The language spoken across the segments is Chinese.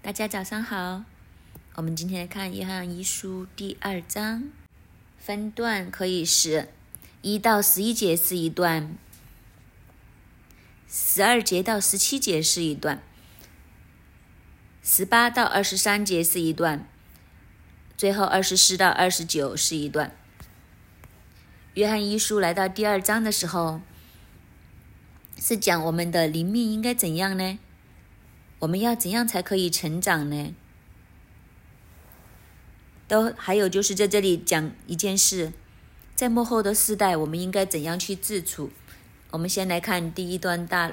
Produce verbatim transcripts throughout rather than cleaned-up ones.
大家早上好，我们今天来看约翰一书第二章，分段可以是一到十一节是一段，十二节到十七节是一段，十八到二十三节是一段，最后二十四到二十九是一段。约翰一书来到第二章的时候，是讲我们的灵命应该怎样呢？我们要怎样才可以成长呢？都还有就是在这里讲一件事，在末后的世代，我们应该怎样去自处？我们先来看第一段大。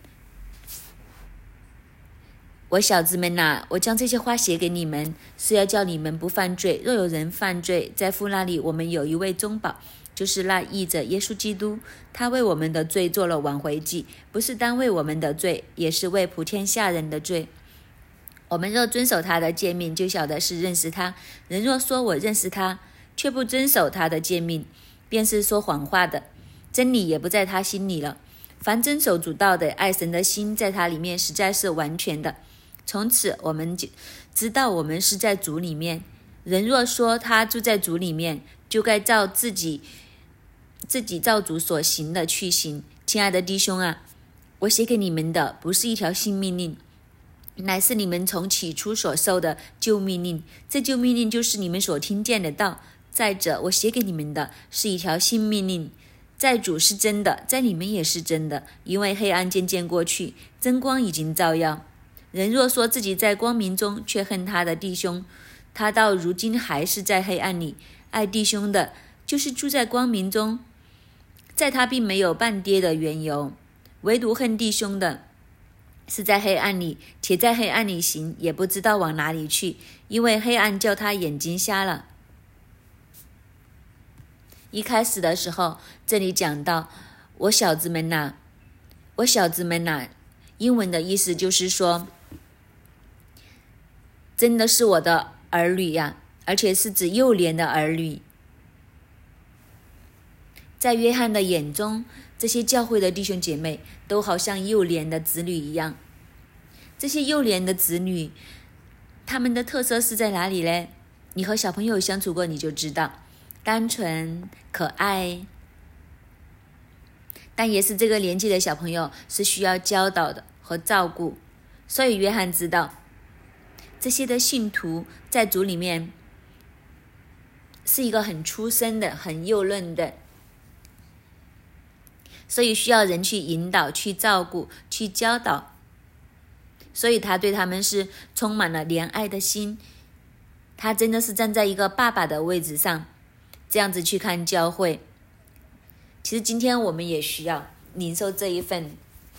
我小子们哪，我将这些话写给你们，是要叫你们不犯罪。若有人犯罪，在父那里我们有一位中保，就是那义者耶稣基督，他为我们的罪做了挽回祭，不是单为我们的罪，也是为普天下人的罪。我们若遵守他的诫命，就晓得是认识他。人若说我认识他，却不遵守他的诫命，便是说谎话的，真理也不在他心里了。凡遵守主道的，爱神的心在他里面实在是完全的。从此我们就知道我们是在主里面。人若说他住在主里面，就该照自己自己照主所行的去行。亲爱的弟兄啊，我写给你们的不是一条新命令，乃是你们从起初所受的旧命令。这旧命令就是你们所听见的道。再者，我写给你们的是一条新命令，在主是真的，在你们也是真的，因为黑暗渐渐过去，真光已经照耀。人若说自己在光明中，却恨他的弟兄，他到如今还是在黑暗里。爱弟兄的，就是住在光明中，在他并没有半跌的缘由。唯独恨弟兄的，是在黑暗里，且在黑暗里行，也不知道往哪里去，因为黑暗叫他眼睛瞎了。一开始的时候，这里讲到我小子们哪，我小子们哪，英文的意思就是说，真的是我的儿女呀，而且是指幼年的儿女。在约翰的眼中，这些教会的弟兄姐妹都好像幼年的子女一样。这些幼年的子女，他们的特色是在哪里呢？你和小朋友相处过你就知道，单纯可爱，但也是这个年纪的小朋友是需要教导的和照顾。所以约翰知道这些的信徒在主里面是一个很出生的很幼嫩的，所以需要人去引导，去照顾，去教导。所以他对他们是充满了怜爱的心，他真的是站在一个爸爸的位置上，这样子去看教会。其实今天我们也需要领受这一份。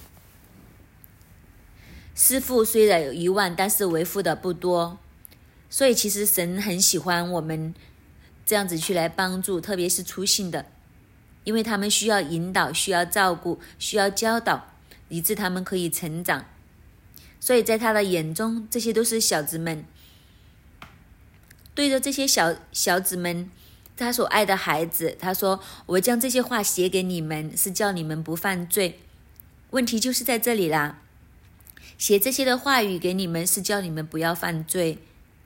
师父虽然有一万，但是为父的不多，所以其实神很喜欢我们这样子去来帮助，特别是初信的，因为他们需要引导，需要照顾，需要教导，以致他们可以成长。所以在他的眼中，这些都是小子们。对着这些小小子们，他所爱的孩子，他说，我将这些话写给你们，是叫你们不犯罪。问题就是在这里啦，写这些的话语给你们，是叫你们不要犯罪。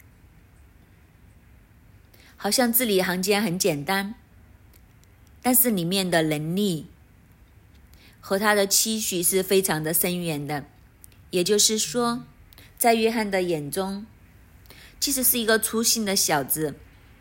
好像字里行间很简单，但是里面的能力和他的期许是非常的深远的。也就是说，在约翰的眼中，即使是一个粗心的小子，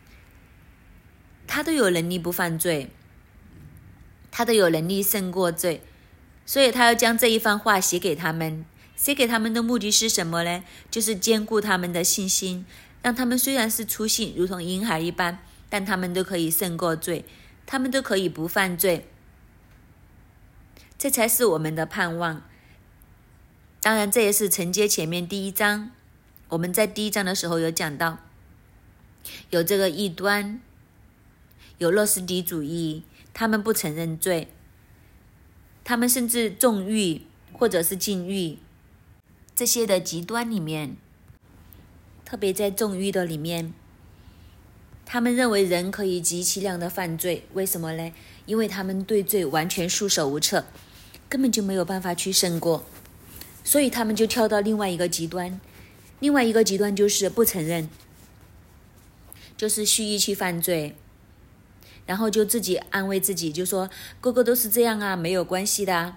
他都有能力不犯罪，他都有能力胜过罪。所以他要将这一番话写给他们。写给他们的目的是什么呢？就是坚固他们的信心，让他们虽然是粗信，如同婴孩一般，但他们都可以胜过罪，他们都可以不犯罪。这才是我们的盼望。当然这也是承接前面第一章，我们在第一章的时候有讲到，有这个异端，有诺斯底主义，他们不承认罪，他们甚至纵欲或者是禁欲，这些的极端里面，特别在纵欲的里面，他们认为人可以极其量的犯罪。为什么呢？因为他们对罪完全束手无策，根本就没有办法去胜过，所以他们就跳到另外一个极端， 另外一个极端就是不承认，就是蓄意去犯罪，然后就自己安慰自己，就说个个都是这样啊，没有关系的啊。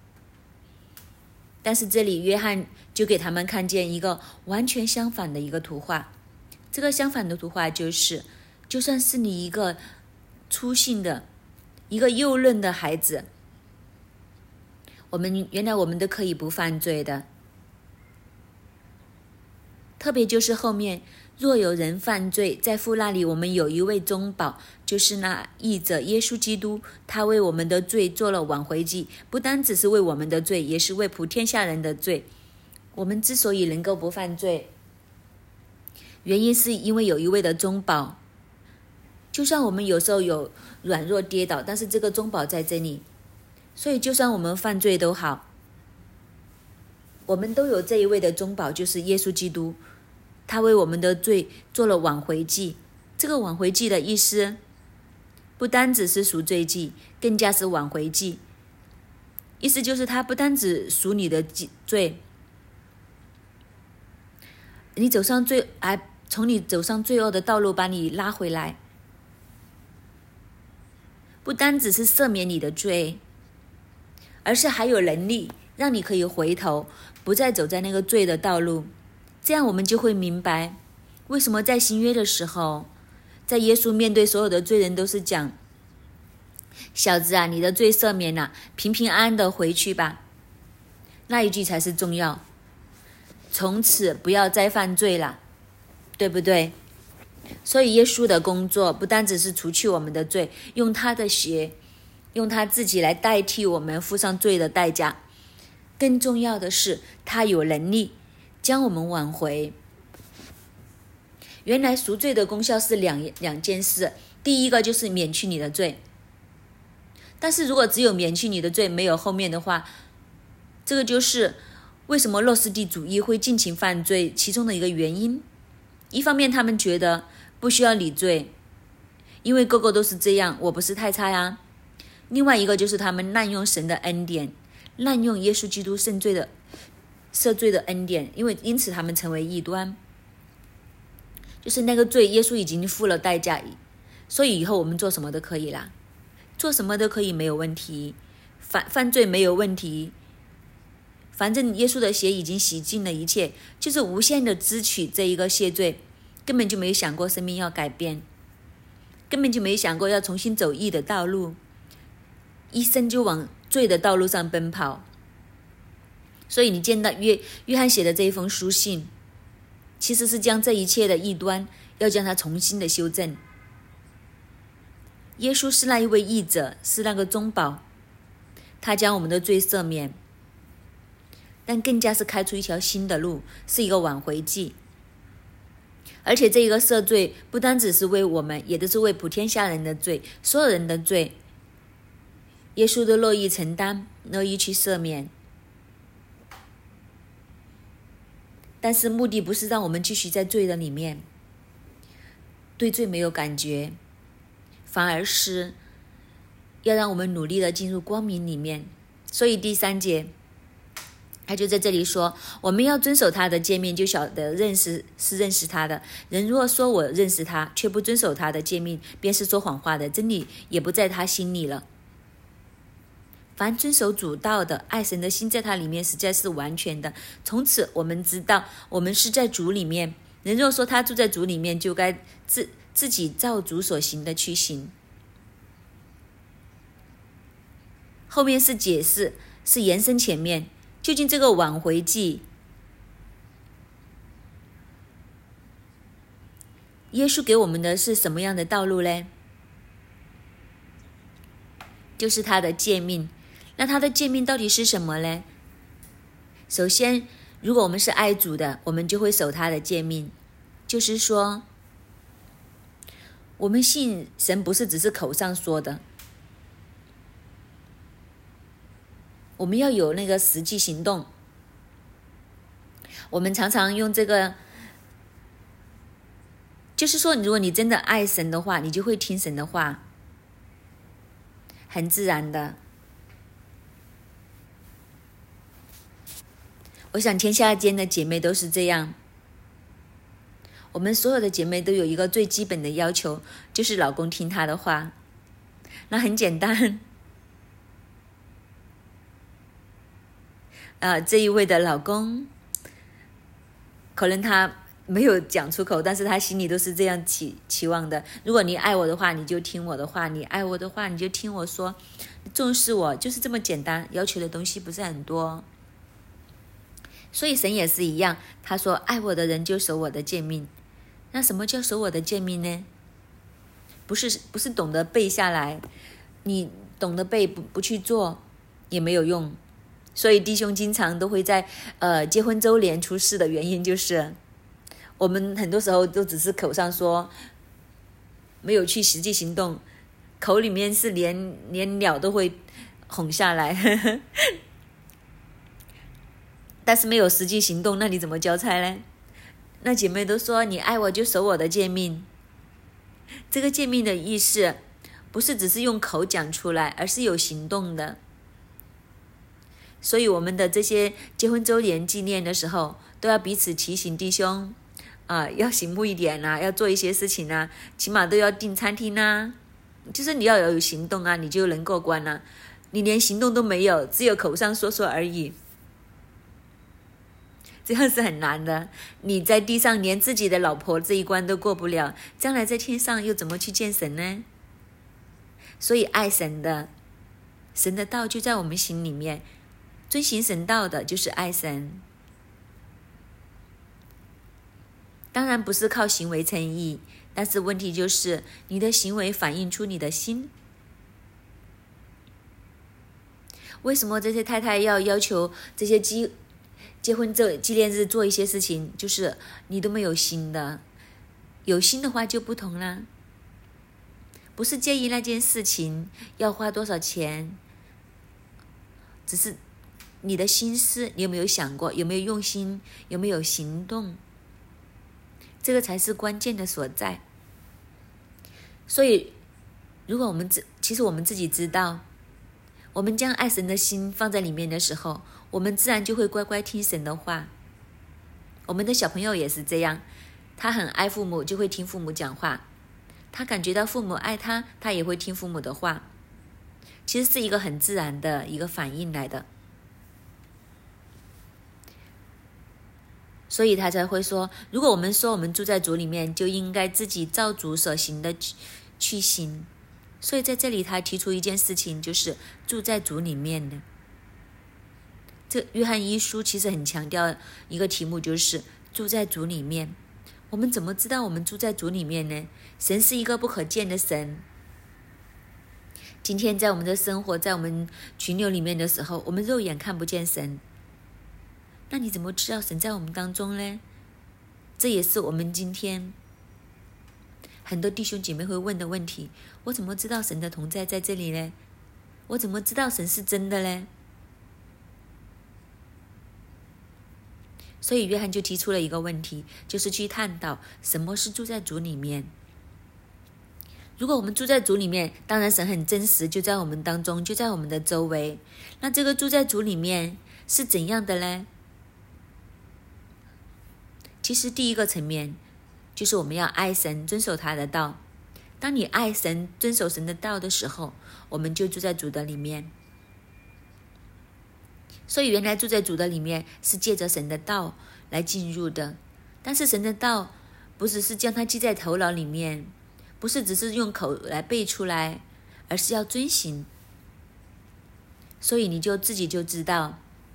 但是这里约翰就给他们看见一个完全相反的一个图画，这个相反的图画就是，就算是你一个粗信的一个幼嫩的孩子，我们原来我们都可以不犯罪的。特别就是后面，若有人犯罪，在父那里我们有一位中保，就是那义者耶稣基督，他为我们的罪做了挽回祭，不单只是为我们的罪，也是为普天下人的罪。我们之所以能够不犯罪，原因是因为有一位的中保，就算我们有时候有软弱跌倒，但是这个中保在这里，所以就算我们犯罪都好，我们都有这一位的中保，就是耶稣基督，他为我们的罪做了挽回祭。这个挽回祭的意思，不单只是赎罪祭，更加是挽回祭。意思就是他不单只赎你的罪，你走上罪，还从你走上罪恶的道路把你拉回来，不单只是赦免你的罪，而是还有能力让你可以回头，不再走在那个罪的道路。这样我们就会明白，为什么在新约的时候，在耶稣面对所有的罪人都是讲，小子啊，你的罪赦免了，平平安安的回去吧。那一句才是重要，从此不要再犯罪了，对不对？所以耶稣的工作不单只是除去我们的罪，用他的血，用他自己来代替我们付上罪的代价，更重要的是他有能力将我们挽回。原来赎罪的功效是两两件事，第一个就是免去你的罪，但是如果只有免去你的罪，没有后面的话，这个就是为什么诺斯底主义会尽情犯罪其中的一个原因。一方面他们觉得不需要理罪，因为个个都是这样，我不是太差呀。另外一个就是他们滥用神的恩典，滥用耶稣基督赦罪的赦罪的恩典，因为因此他们成为异端，就是那个罪耶稣已经付了代价，所以以后我们做什么都可以啦，做什么都可以，没有问题，犯犯罪没有问题，反正耶稣的血已经洗净了一切，就是无限的支取这一个谢罪，根本就没有想过生命要改变，根本就没有想过要重新走义的道路，一生就往罪的道路上奔跑。所以你见到约约翰写的这一封书信，其实是将这一切的异端要将它重新的修正。耶稣是那一位义者，是那个中保，他将我们的罪赦免，但更加是开出一条新的路，是一个挽回祭。而且这一个赦罪不单只是为我们，也都是为普天下人的罪，所有人的罪，耶稣都乐意承担，乐意去赦免。但是目的不是让我们继续在罪的里面，对罪没有感觉，反而是要让我们努力的进入光明里面。所以第三节他就在这里说，我们要遵守他的诫命，就晓得认识是认识他的。人若说我认识他，却不遵守他的诫命，便是说谎话的，真理也不在他心里了。凡遵守主道的，爱神的心在他里面实在是完全的。从此我们知道我们是在主里面，人若说他住在主里面，就该自自己照主所行的去行。后面是解释，是延伸前面，究竟这个挽回祭，耶稣给我们的是什么样的道路呢？就是他的诫命。那他的诫命到底是什么呢？首先，如果我们是爱主的，我们就会守他的诫命，就是说我们信神不是只是口上说的，我们要有那个实际行动。我们常常用这个，就是说如果你真的爱神的话，你就会听神的话，很自然的。我想天下间的姐妹都是这样， 我们所有的姐妹都有一个最基本的要求，就是老公听她的话。那很简单，呃，这一位的老公，可能他没有讲出口，但是他心里都是这样期期望的。如果你爱我的话，你就听我的话；你爱我的话，你就听我说，你重视我，就是这么简单。要求的东西不是很多。所以神也是一样，他说爱我的人就守我的诫命。那什么叫守我的诫命呢？不是不是懂得背下来，你懂得背不不去做也没有用。所以弟兄经常都会在呃结婚周年出事的原因，就是我们很多时候都只是口上说，没有去实际行动，口里面是连连鸟都会哄下来呵呵，但是没有实际行动，那你怎么交差呢？那姐妹都说你爱我就守我的诫命，这个诫命的意思不是只是用口讲出来，而是有行动的。所以我们的这些结婚周年纪念的时候，都要彼此提醒弟兄啊、呃，要醒目一点啊，要做一些事情啊，起码都要订餐厅啊，就是你要有行动啊，你就能过关啊。你连行动都没有，只有口上说说而已，这样是很难的。你在地上连自己的老婆这一关都过不了，将来在天上又怎么去见神呢？所以爱神的，神的道就在我们心里面，遵行神道的就是爱神。当然不是靠行为称义，但是问题就是你的行为反映出你的心。为什么这些太太要要求这些结结婚这纪念日做一些事情？就是你都没有心的，有心的话就不同了。不是介意那件事情要花多少钱，只是你的心思，你有没有想过，有没有用心，有没有行动，这个才是关键的所在。所以如果我们自其实我们自己知道，我们将爱神的心放在里面的时候，我们自然就会乖乖听神的话。我们的小朋友也是这样，他很爱父母，就会听父母讲话，他感觉到父母爱他，他也会听父母的话。其实是一个很自然的一个反应来的。所以他才会说，如果我们说我们住在主里面，就应该自己照主所行的去行。所以在这里他提出一件事情，就是住在主里面的。这约翰一书其实很强调一个题目，就是住在主里面。我们怎么知道我们住在主里面呢？神是一个不可见的神。今天在我们的生活，在我们群流里面的时候，我们肉眼看不见神，那你怎么知道神在我们当中呢？这也是我们今天很多弟兄姐妹会问的问题，我怎么知道神的同在在这里呢？我怎么知道神是真的呢？所以约翰就提出了一个问题，就是去探讨什么是住在主里面。如果我们住在主里面，当然神很真实，就在我们当中，就在我们的周围。那这个住在主里面是怎样的呢？其实第一个层面就是我们要爱神，遵守他的道。当你爱神，遵守神的道的时候，我们就住在主的里面。所以原来住在主的里面是借着神的道来进入的，但是神的道不只是将它记在头脑里面，不是只是用口来背出来，而是要遵行。所以你就自己就知道，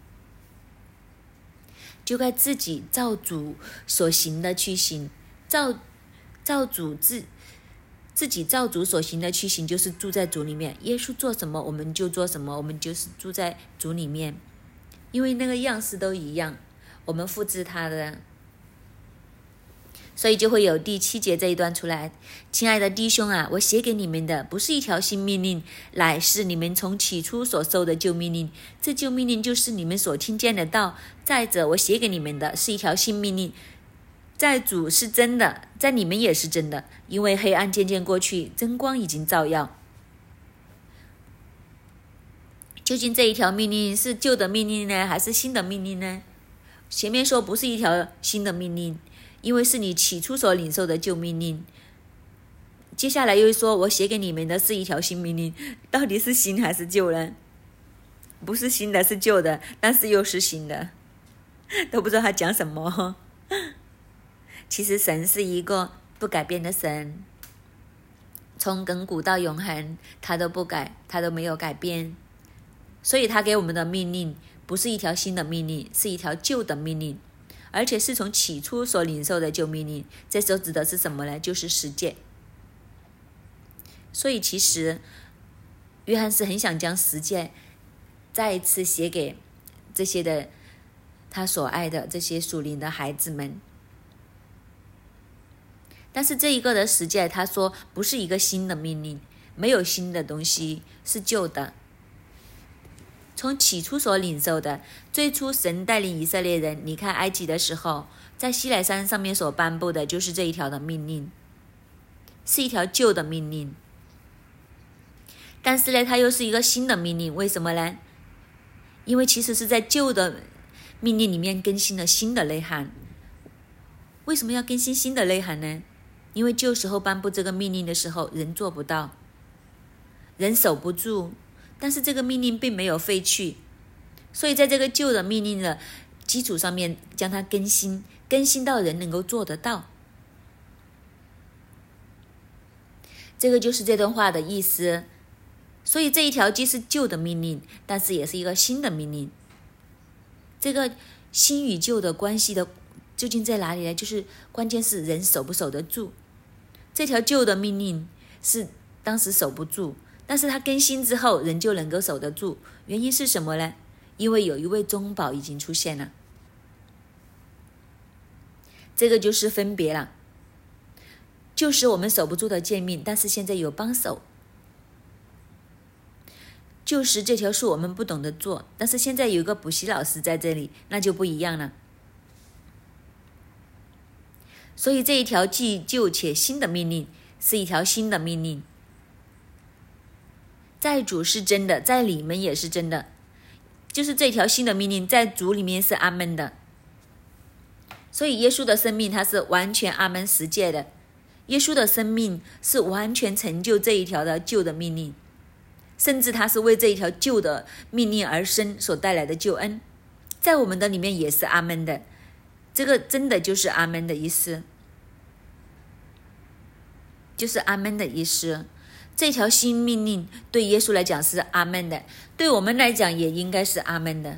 就该自己照主所行的去行，照照主自自己照主所行的去行，就是住在主里面。耶稣做什么我们就做什么，我们就是住在主里面，因为那个样式都一样，我们复制他的。所以就会有第七节这一段出来，亲爱的弟兄啊，我写给你们的不是一条新命令，乃是你们从起初所受的旧命令。这旧命令就是你们所听见的道。再者，我写给你们的是一条新命令，在主是真的，在你们也是真的，因为黑暗渐渐过去，真光已经照耀。究竟这一条命令是旧的命令呢，还是新的命令呢？前面说不是一条新的命令， 因为是你起初所领受的旧命令。接下来又说，我写给你们的是一条新命令，到底是新还是旧呢？不是新的，是旧的，但是又是新的，都不知道他讲什么。其实神是一个不改变的神，从亘古到永恒，他都不改，他都没有改变。所以他给我们的命令不是一条新的命令，是一条旧的命令，而且是从起初所领受的旧命令。这时候指的是什么呢？就是十诫。所以其实约翰是很想将十诫再一次写给这些的他所爱的这些属灵的孩子们。但是这一个的十诫，他说不是一个新的命令，没有新的东西，是旧的。从起初所领受的，最初神带领以色列人离开埃及的时候，在西乃山上面所颁布的就是这一条的命令，是一条旧的命令。但是呢，它又是一个新的命令，为什么呢？因为其实是在旧的命令里面更新了新的内涵。为什么要更新新的内涵呢？因为旧时候颁布这个命令的时候，人做不到，人守不住，但是这个命令并没有废去，所以在这个旧的命令的基础上面将它更新，更新到人能够做得到。这个就是这段话的意思。所以这一条既是旧的命令，但是也是一个新的命令。这个新与旧的关系的究竟在哪里呢？就是关键是人守不守得住。这条旧的命令是当时守不住，但是它更新之后人就能够守得住。原因是什么呢？因为有一位中保已经出现了。这个就是分别了。旧时我们守不住的诫命，但是现在有帮手。旧时这条树我们不懂得做，但是现在有一个补习老师在这里，那就不一样了。所以这一条既旧且新的命令是一条新的命令，在主是真的，在你们也是真的，就是这条新的命令在主里面是阿们的。所以耶稣的生命他是完全阿们十诫的，耶稣的生命是完全成就这一条的旧的命令，甚至他是为这一条旧的命令而生所带来的救恩，在我们的里面也是阿们的。这个真的就是阿们的意思，就是阿们的意思。这条新命令对耶稣来讲是阿们的，对我们来讲也应该是阿们的。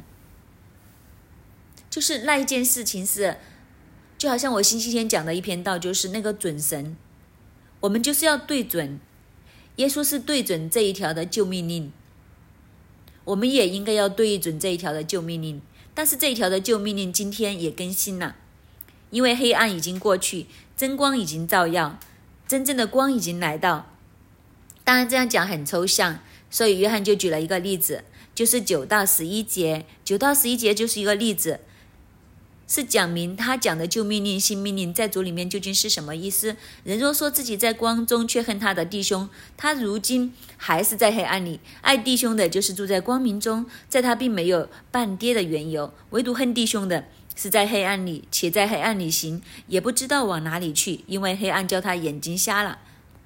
就是那一件事情是，就好像我星期天讲的一篇道，就是那个准绳，我们就是要对准。耶稣是对准这一条的旧命令，我们也应该要对准这一条的旧命令。但是这一条的旧命令今天也更新了，因为黑暗已经过去，真光已经照耀，真正的光已经来到。当然这样讲很抽象，所以约翰就举了一个例子，就是九到十一节。九到十一节就是一个例子，是讲明他讲的旧命令、新命令在主里面究竟是什么意思。人若说自己在光中却恨他的弟兄，他如今还是在黑暗里。爱弟兄的就是住在光明中，在他并没有半跌的缘由。唯独恨弟兄的是在黑暗里，且在黑暗里行，也不知道往哪里去，因为黑暗叫他眼睛瞎了。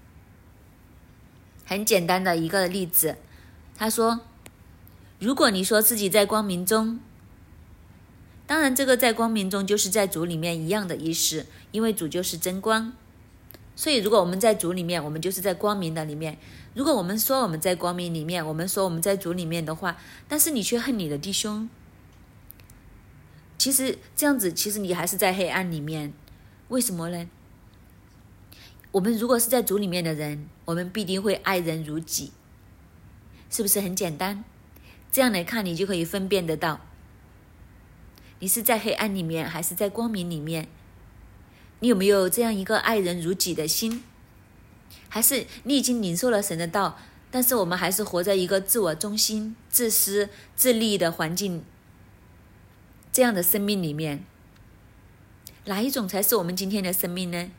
很简单的一个例子，他说如果你说自己在光明中，当然这个在光明中就是在主里面一样的意思，因为主就是真光。所以如果我们在主里面，我们就是在光明的里面。如果我们说我们在光明里面，我们说我们在主里面的话，但是你却恨你的弟兄，其实这样子，其实你还是在黑暗里面。为什么呢？我们如果是在主里面的人，我们必定会爱人如己，是不是很简单？这样来看，你就可以分辨得到，你是在黑暗里面还是在光明里面。你有没有这样一个爱人如己的心？还是你已经领受了神的道，但是我们还是活在一个自我中心、自私自利的环境，这样的生命里面，哪一种才是我们今天的生命呢？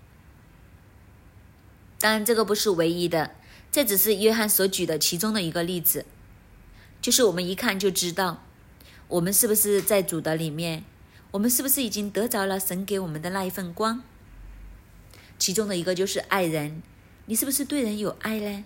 当然这个不是唯一的，这只是约翰所举的其中的一个例子，就是我们一看就知道我们是不是在主的里面， 我们是不是已经得着了神给我们的那一份光？其中的一个就是爱人，你是不是对人有爱呢？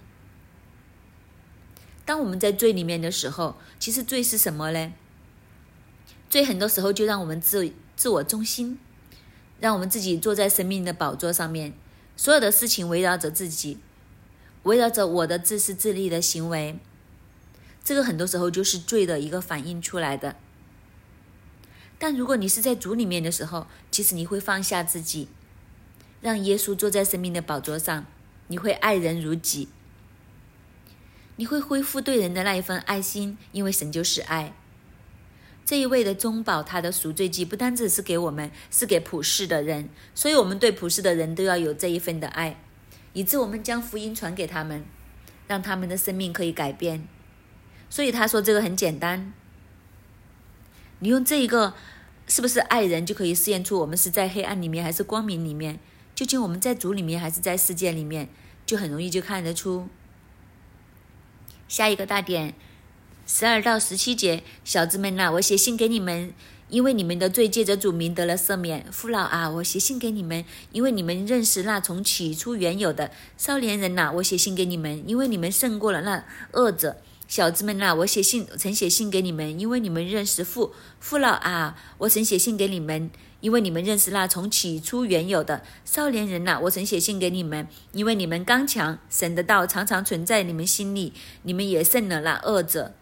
当我们在罪里面的时候，其实罪是什么呢？罪很多时候就让我们自自我中心，让我们自己坐在生命的宝座上面，所有的事情围绕着自己，围绕着我的自私自利的行为，这个很多时候就是罪的一个反映出来的。但如果你是在主里面的时候，其实你会放下自己，让耶稣坐在生命的宝座上，你会爱人如己，你会恢复对人的那一份爱心，因为神就是爱。这一位的中保，他的赎罪祭不单只是给我们，是给普世的人，所以我们对普世的人都要有这一份的爱，以致我们将福音传给他们，让他们的生命可以改变。所以他说这个很简单，你用这一个是不是爱人，就可以试验出我们是在黑暗里面还是光明里面，究竟我们在主里面还是在世界里面，就很容易就看得出。下一个大点十二到十七节，小子们啊，我写信给你们，因为你们的罪借着主名得了赦免。父老啊，我写信给你们，因为你们认识那从起初原有的。少年人啊，我写信给你们，因为你们胜过了那恶者。小子们啊，我写信曾写信给你们，因为你们认识父。父老啊，我曾写信给你们，因为你们认识那从起初原有的。少年人啊，我曾写信给你们，因为你们刚强，神的道常常存在你们心里，你们也胜了那恶者。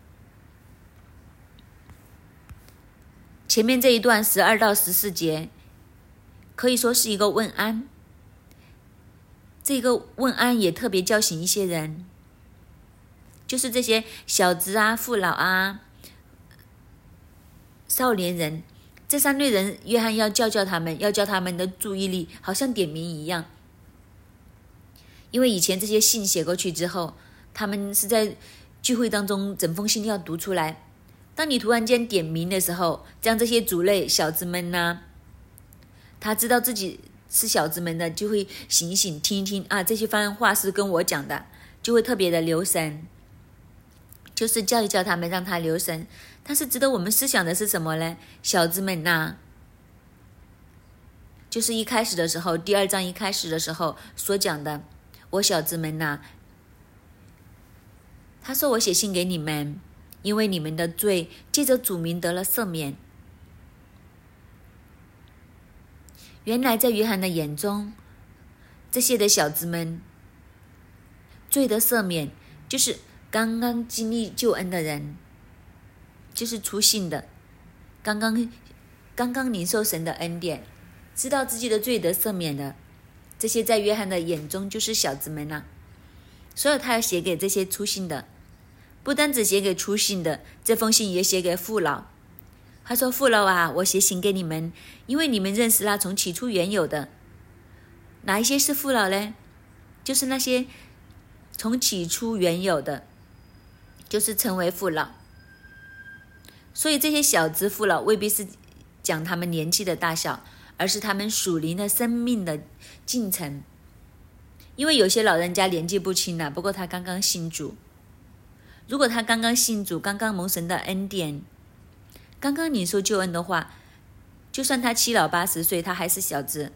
前面这一段十二到十四节可以说是一个问安，这个问安也特别叫醒一些人，就是这些小子啊、父老啊、少年人，这三类人，约翰要教教他们，要叫他们的注意力，好像点名一样。因为以前这些信写过去之后，他们是在聚会当中整封信要读出来，当你突然间点名的时候，将这些族类小子们呢、啊，他知道自己是小子们的，就会醒一醒，听一听啊，这些番话是跟我讲的，就会特别的留神，就是教一教他们，让他留神。但是值得我们思想的是什么呢？小子们呐、啊，就是一开始的时候，第二章一开始的时候所讲的，我小子们呐、啊，他说我写信给你们，因为你们的罪借着主名得了赦免。原来在约翰的眼中，这些的小子们罪的赦免，就是刚刚经历救恩的人，就是初信的，刚刚刚刚领受神的恩典，知道自己的罪得赦免的，这些在约翰的眼中就是小子们啊。所以他要写给这些初信的，不单只写给初信的，这封信也写给父老。他说：父老啊，我写信给你们，因为你们认识那从起初原有的。哪一些是父老呢？就是那些从起初原有的，就是称为父老。所以这些小子父老未必是讲他们年纪的大小，而是他们属灵的生命的进程。因为有些老人家年纪不轻了，不过他刚刚信主。如果他刚刚信主，刚刚蒙神的恩典，刚刚领受救恩的话，就算他七老八十岁，他还是小子，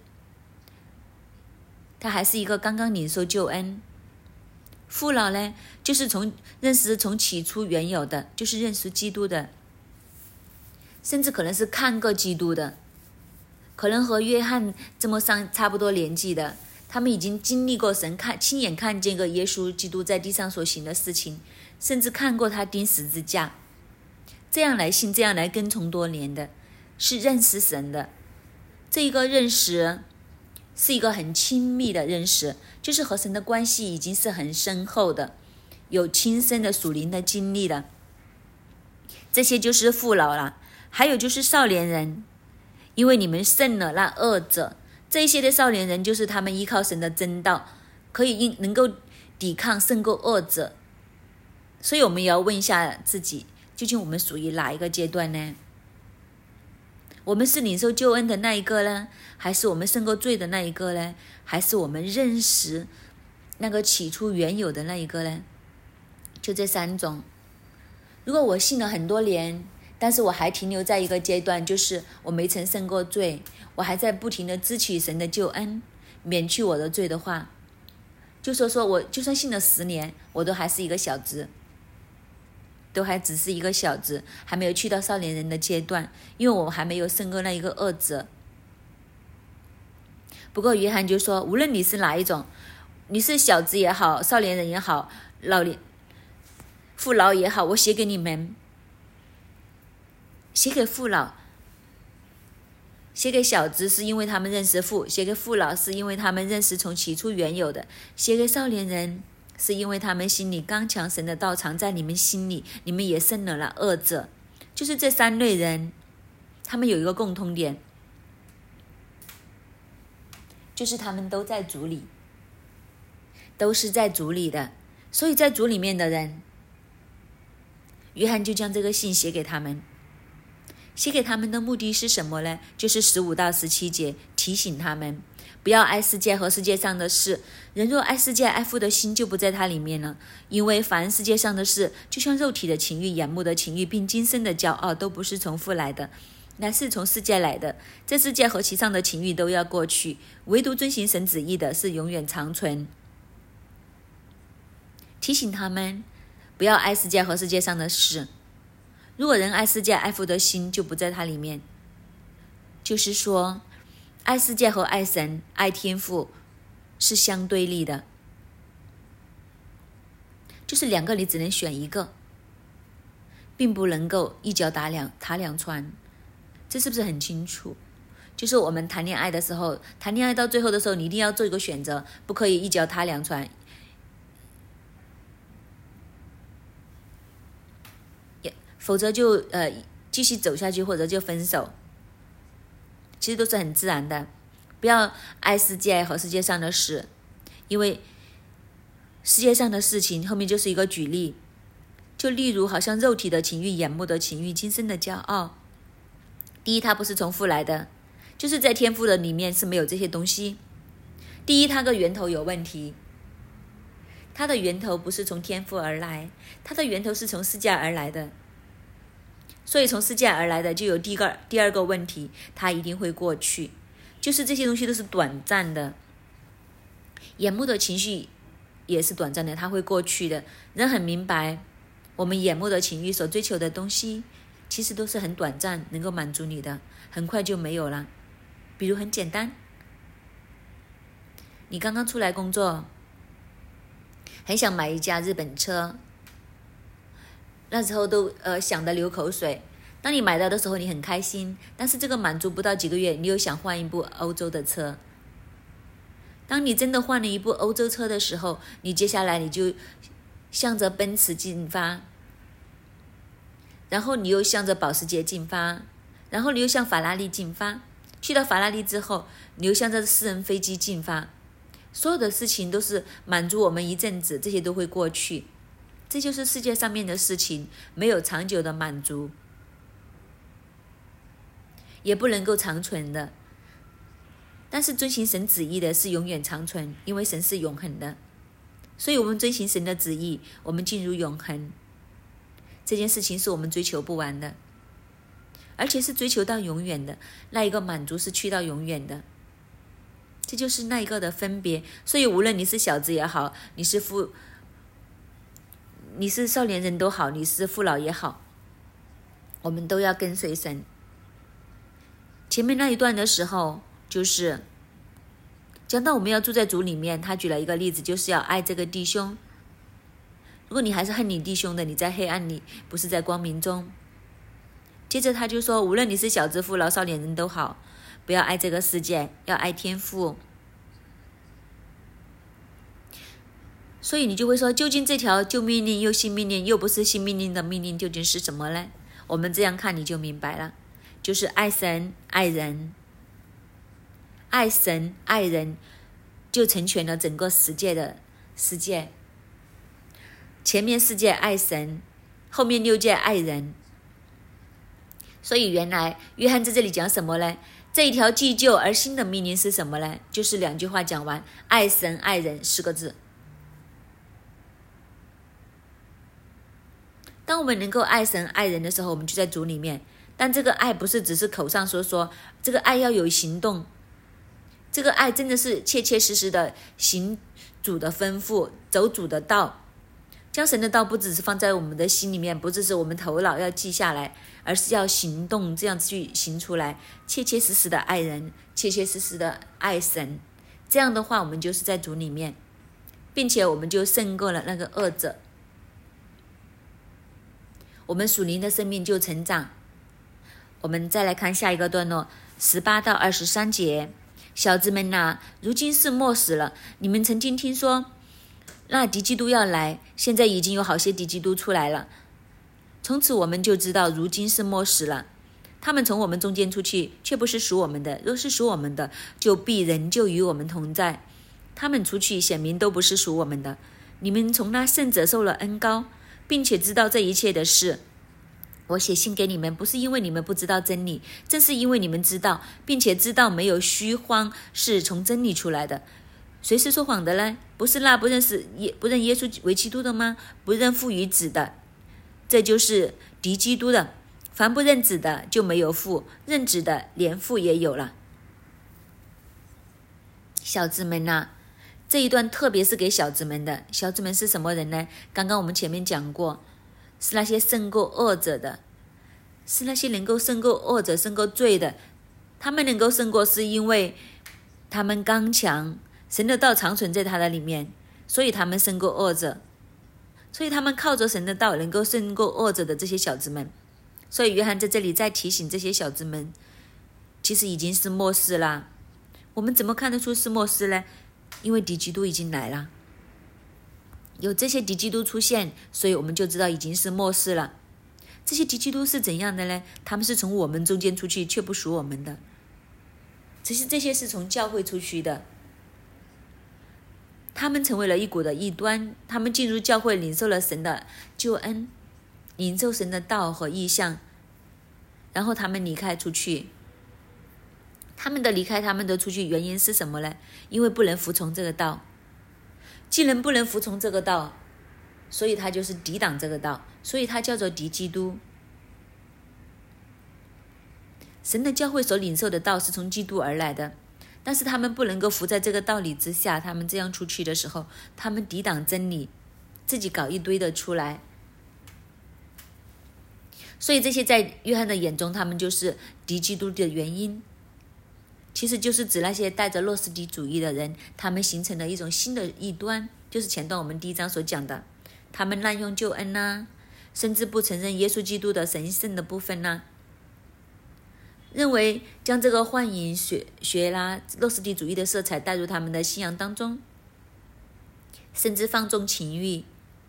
他还是一个刚刚领受救恩。父老呢，就是从认识从起初原有的，就是认识基督的，甚至可能是看过基督的，可能和约翰这么上差不多年纪的，他们已经经历过神看亲眼看见过耶稣基督在地上所行的事情，甚至看过他钉十字架，这样来信，这样来跟从多年的，是认识神的。这一个认识是一个很亲密的认识，就是和神的关系已经是很深厚的，有亲身的属灵的经历了。这些就是父老了。还有就是少年人，因为你们胜了那恶者。这一些的少年人就是他们依靠神的真道，可以能够抵抗胜过恶者。所以我们也要问一下自己，究竟我们属于哪一个阶段呢？我们是领受救恩的那一个呢，还是我们胜过罪的那一个呢？还是我们认识那个起初原有的那一个呢？就这三种。如果我信了很多年， 但是我还停留在一个阶段，就是我没曾生过罪，我还在不停的支取神的救恩，免去我的罪的话，就说说我就算信了十年，我都还是一个小子，都还只是一个小子，还没有去到少年人的阶段，因为我还没有生过那一个恶者。不过约翰就说，无论你是哪一种，你是小子也好，少年人也好，老年父老也好，我写给你们，写给父老，写给小子是因为他们认识父，写给父老是因为他们认识从起初原有的，写给少年人是因为他们心里刚强，神的道常在你们心里，你们也生了了恶者。就是这三类人，他们有一个共通点，就是他们都在主里，都是在主里的。所以在主里面的人，约翰就将这个信写给他们。写给他们的目的是什么呢？就是十五到十七节，提醒他们不要爱世界和世界上的事。人若爱世界，爱父的心就不在他里面了。因为凡世界上的事，就像肉体的情欲、眼目的情欲，并今生的骄傲，都不是从父来的，乃是从世界来的。这世界和其上的情欲都要过去，唯独遵行神旨意的是永远长存。提醒他们不要爱世界和世界上的事。如果人爱世界，爱父的心就不在他里面。就是说，爱世界和爱神、爱天父是相对立的，就是两个你只能选一个，并不能够一脚打两踏两船。这是不是很清楚？就是我们谈恋爱的时候，谈恋爱到最后的时候，你一定要做一个选择，不可以一脚踏两船，否则就呃继续走下去，或者就分手。其实都是很自然的。不要爱世界和世界上的事，因为世界上的事情后面就是一个举例，就例如好像肉体的情欲、眼目的情欲、今生的骄傲。第一，它不是从父来的，就是在天父的里面是没有这些东西。第一，它的源头有问题，它的源头不是从天父而来，它的源头是从世界而来的。所以从世界而来的就有第一个第二个问题，它一定会过去，就是这些东西都是短暂的。眼目的情绪也是短暂的，它会过去的。人很明白，我们眼目的情绪所追求的东西其实都是很短暂，能够满足你的，很快就没有了。比如很简单，你刚刚出来工作，很想买一架日本车，那时候都呃想得流口水。当你买到的时候，你很开心，但是这个满足不到几个月，你又想换一部欧洲的车。当你真的换了一部欧洲车的时候，你接下来你就向着奔驰进发，然后你又向着保时捷进发，然后你又向法拉利进发。去到法拉利之后，你又向着私人飞机进发。所有的事情都是满足我们一阵子，这些都会过去。这就是世界上面的事情，没有长久的满足，也不能够长存的。但是遵行神旨意的是永远长存，因为神是永恒的。所以我们遵行神的旨意，我们进入永恒。这件事情是我们追求不完的，而且是追求到永远的。那一个满足是去到永远的，这就是那一个的分别。所以无论你是小子也好，你是父你是少年人都好，你是父老也好，我们都要跟随神。前面那一段的时候，就是讲到我们要住在主里面，他举了一个例子，就是要爱这个弟兄。如果你还是恨你弟兄的，你在黑暗里，不是在光明中。接着他就说，无论你是小子、父老、少年人都好，不要爱这个世界，要爱天父。所以你就会说，究竟这条旧命令又新命令又不是新命令的命令究竟是什么呢？我们这样看你就明白了，就是爱神爱人，爱神爱人就成全了整个世界的世界。前面四界爱神，后面六界爱人。所以原来约翰在这里讲什么呢？这一条既旧而新的命令是什么呢？就是两句话讲完，爱神爱人四个字。 当我们能够爱神爱人的时候，我们就在主里面。但这个爱不是只是口上说说，这个爱要有行动。这个爱真的是切切实实的行主的吩咐，走主的道。将神的道不只是放在我们的心里面，不只是我们头脑要记下来，而是要行动，这样去行出来，切切实实的爱人，切切实实的爱神。这样的话，我们就是在主里面，并且我们就胜过了那个恶者，我们属灵的生命就成长。我们再来看下一个段落，十八到二十三节。小子们啊，如今是末时了。你们曾经听说那敌基督要来，现在已经有好些敌基督出来了。从此我们就知道如今是末时了。他们从我们中间出去，却不是属我们的；若是属我们的，就必仍旧与我们同在。他们出去，显明都不是属我们的。你们从那圣者受了恩膏，并且知道这一切的事。我写信给你们，不是因为你们不知道真理，正是因为你们知道，并且知道没有虚谎是从真理出来的。谁是说谎的呢？不是那不认识耶不认耶稣为基督的吗？不认父与子的，这就是敌基督的。凡不认子的就没有父，认子的连父也有了。小子们啊，这一段特别是给小子们的。小子们是什么人呢？刚刚我们前面讲过，是那些胜过恶者的，是那些能够胜过恶者、胜过罪的。他们能够胜过，是因为他们刚强，神的道长存在他的里面，所以他们胜过恶者。所以他们靠着神的道能够胜过恶者的这些小子们。所以约翰在这里再提醒这些小子们，其实已经是末世啦。我们怎么看得出是末世呢？因为敌基督已经来了，有这些敌基督出现，所以我们就知道已经是末世了。这些敌基督是怎样的呢？他们是从我们中间出去，却不属我们的。只是这些是从教会出去的，他们成为了一股的异端，他们进入教会，领受了神的救恩，领受神的道和意象，然后他们离开出去。他们的离开，他们的出去，原因是什么呢？因为不能服从这个道。既然不能服从这个道，所以他就是抵挡这个道，所以他叫做敌基督。神的教会所领受的道是从基督而来的，但是他们不能够服在这个道理之下。他们这样出去的时候，他们抵挡真理，自己搞一堆的出来。所以这些在约翰的眼中，他们就是敌基督的原因，其实就是指那些带着诺斯底主义的人，他们形成了一种新的异端，就是前段我们第一章所讲的，他们滥用救恩啊，甚至不承认耶稣基督的神圣的部分啊，认为将这个幻影学学啦、诺斯底主义的色彩带入他们的信仰当中，甚至放纵情欲。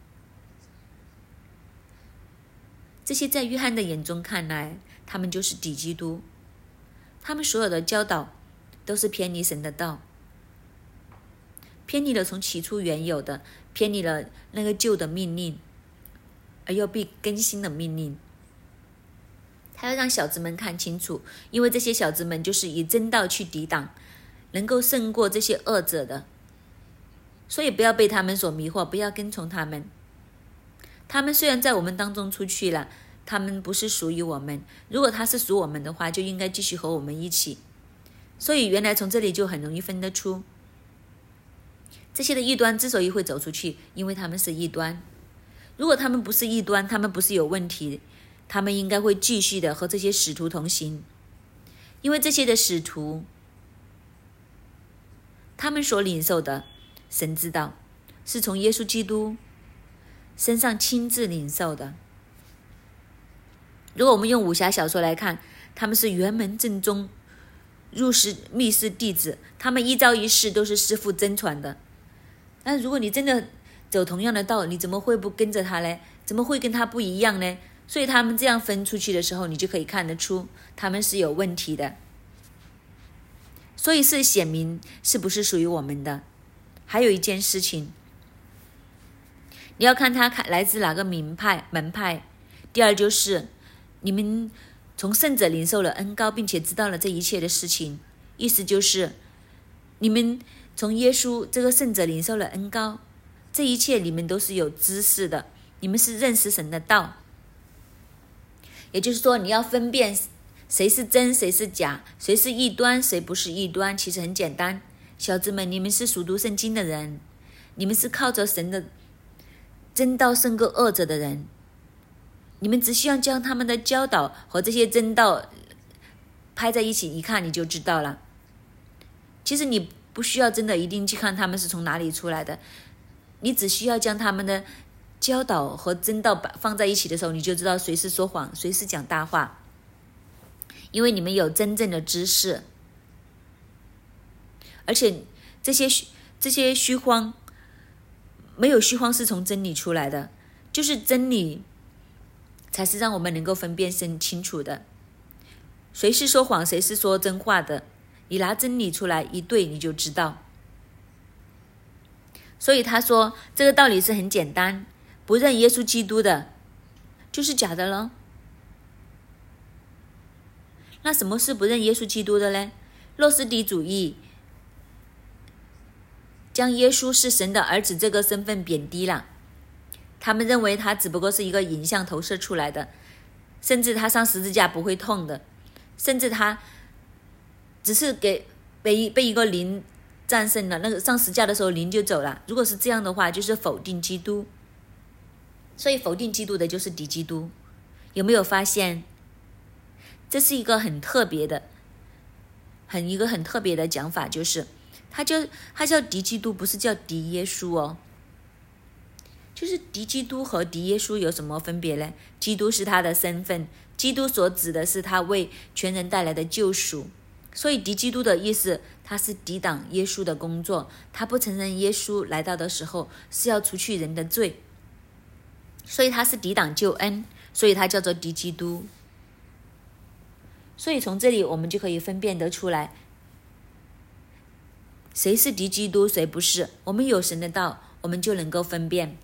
这些在约翰的眼中看来，他们就是敌基督，他们所有的教导都是偏离神的道，偏离了从起初原有的，偏离了那个旧的命令，而又被更新的命令。他要让小子们看清楚，因为这些小子们就是以真道去抵挡，能够胜过这些恶者的，所以不要被他们所迷惑，不要跟从他们。他们虽然在我们当中出去了，他们不是属于我们，如果他是属我们的话，就应该继续和我们一起。所以原来从这里就很容易分得出，这些的异端之所以会走出去，因为他们是异端。如果他们不是异端，他们不是有问题，他们应该会继续的和这些使徒同行，因为这些的使徒，他们所领受的神之道是从耶稣基督身上亲自领受的。如果我们用武侠小说来看，他们是辕门正宗入室密室弟子，他们一招一式都是师父真传的。那如果你真的走同样的道，你怎么会不跟着他呢？怎么会跟他不一样呢？所以他们这样分出去的时候，你就可以看得出他们是有问题的，所以是显明是不是属于我们的。还有一件事情，你要看他来自哪个名派门派。第二就是你们从圣者领受了恩膏，并且知道了这一切的事情，意思就是你们从耶稣这个圣者领受了恩膏，这一切你们都是有知识的，你们是认识神的道， 也就是说，你要分辨谁是真，谁是假，谁是异端，谁不是异端。其实很简单，小子们，你们是熟读圣经的人，你们是靠着神的真道胜过恶者的人，你们只需要将他们的教导和这些真道拍在一起，一看你就知道了。其实你不需要真的一定去看他们是从哪里出来的，你只需要将他们的教导和真道放在一起的时候，你就知道谁是说谎，谁是讲大话。因为你们有真正的知识，而且这些这些虚荒，没有虚荒是从真理出来的，就是真理才是让我们能够分辨清楚的。谁是说谎，谁是说真话的，你拿真理出来一对，你就知道。所以他说这个道理是很简单，不认耶稣基督的就是假的了。那什么是不认耶稣基督的呢？诺斯底主义将耶稣是神的儿子这个身份贬低了，他们认为他只不过是一个影像投射出来的，甚至他上十字架不会痛的，甚至他只是给被被一个灵战胜了，那个上十字架的时候灵就走了。如果是这样的话，就是否定基督，所以否定基督的就是敌基督。有没有发现这是一个很特别的很一个很特别的讲法，就是他叫他叫敌基督，不是叫敌耶稣哦。就是敌基督和敌耶稣有什么分别呢？基督是他的身份，基督所指的是他为全人带来的救赎，所以敌基督的意思，他是抵挡耶稣的工作，他不承认耶稣来到的时候是要除去人的罪，所以他是抵挡救恩，所以他叫做敌基督。所以从这里我们就可以分辨得出来，谁是敌基督，谁不是。我们有神的道，我们就能够分辨。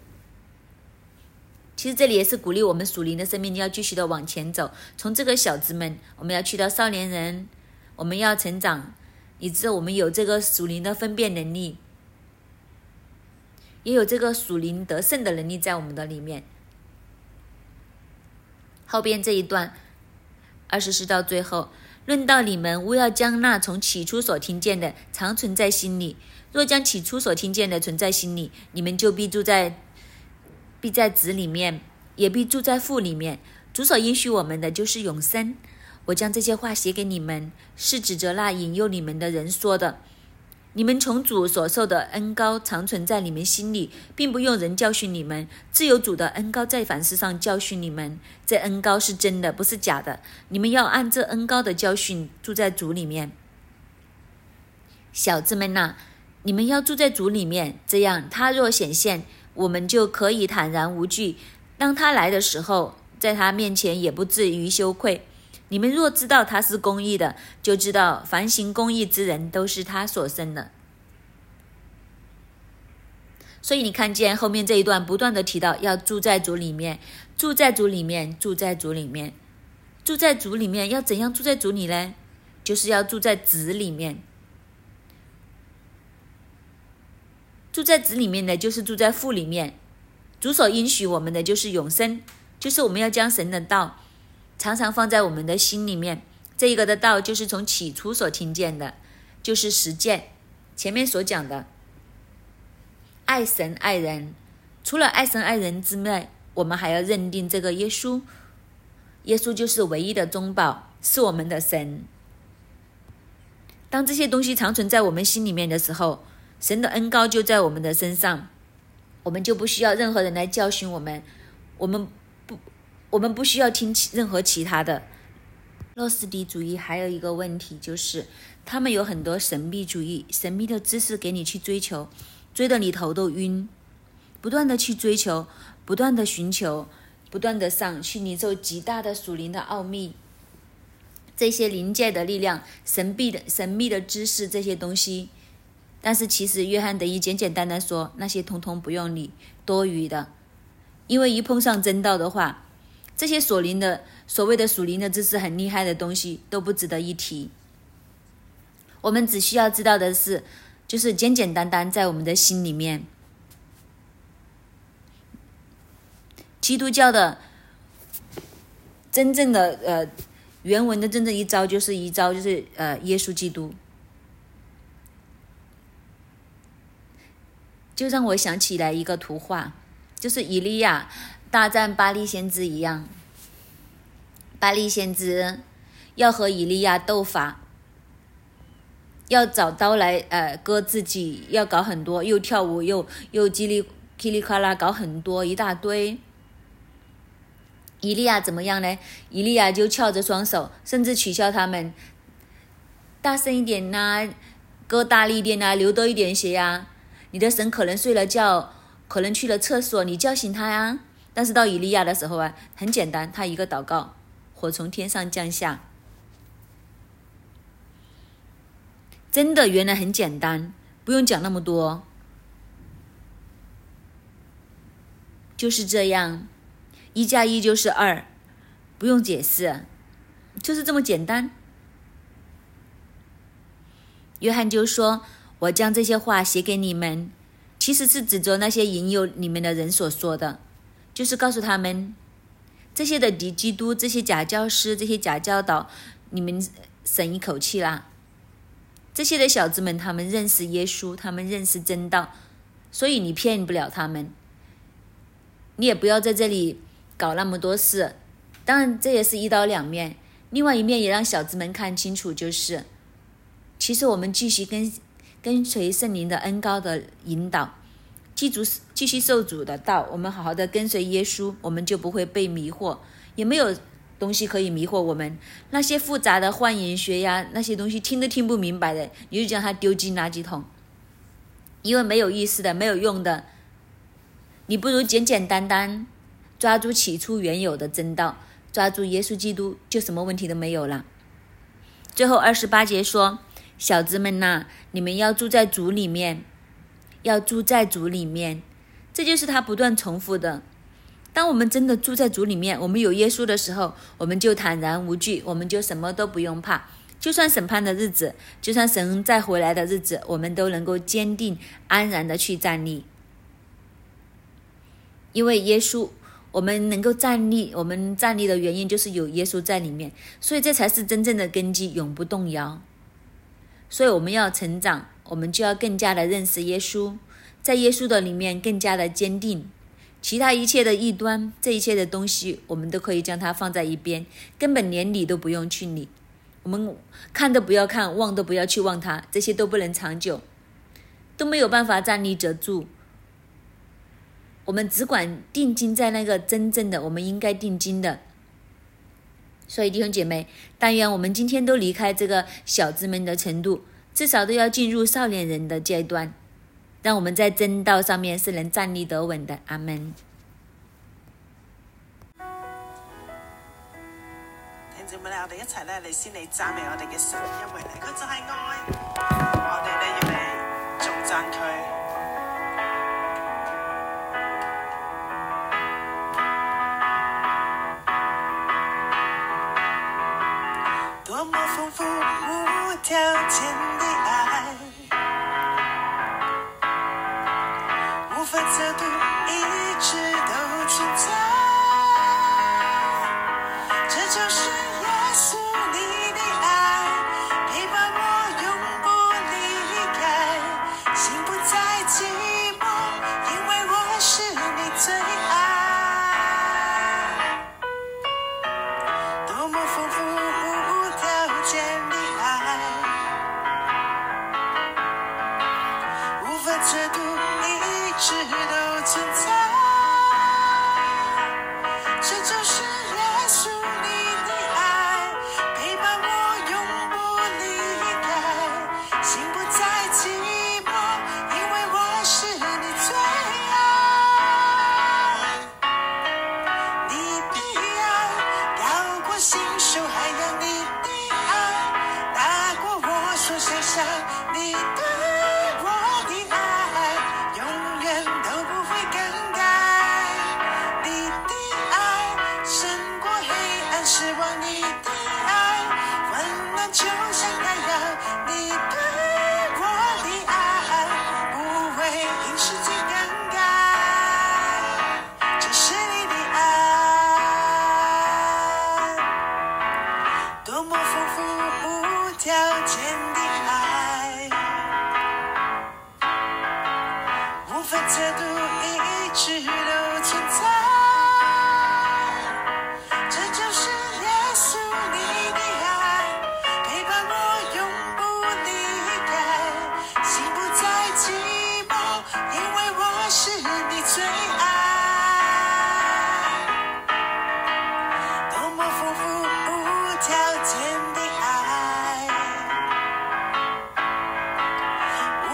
其实这里也是鼓励我们属灵的生命要继续的往前走，从这个小子们，我们要去到少年人，我们要成长，以致我们有这个属灵的分辨能力，也有这个属灵得胜的能力在我们的里面。后边这一段二十四到最后，论到你们务要将那从起初所听见的常存在心里，若将起初所听见的存在心里，你们就必住在必在子里面，也必住在父里面。主所应许我们的就是永生。我将这些话写给你们，是指着那引诱你们的人说的。你们从主所受的恩膏常存在你们心里，并不用人教训你们，自有主的恩膏在凡事上教训你们。这恩膏是真的，不是假的。你们要按这恩膏的教训住在主里面。小子们啊，你们要住在主里面，这样他若显现，我们就可以坦然无惧。当他来的时候，在他面前也不至于羞愧。你们若知道他是公义的，就知道凡行公义之人都是他所生的。所以你看见后面这一段不断的提到要住在主里面，住在主里面，住在主里面，住在主里面。要怎样住在主里呢？就是要住在子里面。住在子里面的就是住在父里面。主所应许我们的就是永生，就是我们要将神的道常常放在我们的心里面。这一个的道就是从起初所听见的，就是实践前面所讲的爱神爱人。除了爱神爱人之外，我们还要认定这个耶稣，耶稣就是唯一的中保，是我们的神。当这些东西常存在我们心里面的时候，神的恩膏就在我们的身上，我们就不需要任何人来教训我们，我们不我们不需要听任何其他的。诺斯底主义还有一个问题，就是他们有很多神秘主义，神秘的知识给你去追求，追得你头都晕，不断的去追求，不断的寻求，不断的上去领受极大的属灵的奥秘，这些灵界的力量，神秘的神秘的知识，这些东西。但是其实约翰德一简简单单说，那些通通不用理，多余的。因为一碰上真道的话，这些所灵的所谓的属灵的知识很厉害的东西都不值得一提。我们只需要知道的是，就是简简单单在我们的心里面。基督教的真正的呃原文的真正一招就是一招就是呃耶稣基督，就让我想起来一个图画，就是以利亚大战巴力先知一样。巴力先知要和以利亚斗法，要找刀来呃割自己，要搞很多，又跳舞又又叽里噼里咔啦搞很多一大堆。以利亚怎么样呢？以利亚就翘着双手，甚至取笑他们，大声一点呐、啊，割大力点呐、啊，流多一点血呀、啊。你的神可能睡了觉，可能去了厕所，你叫醒他呀。但是到以利亚的时候啊，很简单，他一个祷告，火从天上降下。真的，原来很简单，不用讲那么多，就是这样，一加一就是二，不用解释，就是这么简单。约翰就说，我将这些话写给你们，其实是指着那些引诱你们的人所说的，就是告诉他们，这些的敌基督，这些假教师，这些假教导，你们省一口气啦。这些的小子们，他们认识耶稣，他们认识真道，所以你骗不了他们。你也不要在这里搞那么多事，当然这也是一刀两面，另外一面也让小子们看清楚，就是其实我们继续跟跟随圣灵的恩膏的引导，继续继续受主的道，我们好好的跟随耶稣，我们就不会被迷惑，也没有东西可以迷惑我们。那些复杂的幻言学呀，那些东西听都听不明白的，你就将它丢进垃圾桶，因为没有意思的，没有用的。你不如简简单单抓住起初原有的真道，抓住耶稣基督，就什么问题都没有了。最后二十八节说，小子们呐，你们要住在主里面，要住在主里面，这就是他不断重复的。当我们真的住在主里面，我们有耶稣的时候，我们就坦然无惧，我们就什么都不用怕。就算审判的日子，就算神再回来的日子，我们都能够坚定安然的去站立。因为耶稣，我们能够站立，我们站立的原因就是有耶稣在里面，所以这才是真正的根基，永不动摇。所以我们要成长，我们就要更加的认识耶稣，在耶稣的里面更加的坚定。其他一切的异端，这一切的东西，我们都可以将它放在一边，根本连理都不用去理。我们看都不要看，望都不要去望它，这些都不能长久，都没有办法站立得住。我们只管定睛在那个真正的我们应该定睛的。所以弟兄姐妹，但愿我们今天都离开这个小子们的程度，至少都要进入少年人的阶段，让我们在真道上面是能站立得稳的。阿们。 聽住我哋一齊咧嚟先嚟讚美我哋嘅神，因為咧佢就係愛，我哋咧要嚟頌讚佢。多麼豐富無條件的愛，無法測度，一直都存在。這就是耶穌你的愛，陪伴我永不離開，心不再寂寞，因為我是你最愛。多麼豐富無條件的愛，無法測度，一直都存在。這就是耶穌你的愛，陪伴我永不離開，心不再寂寞，因為我是你最愛。你的愛高過星宿海洋，你的愛大過我所想象，你對我的愛永遠都不會更改。你的愛勝過黑暗失望，你的愛溫暖就像太陽，你對我的愛不會因時間更改，這是你的愛。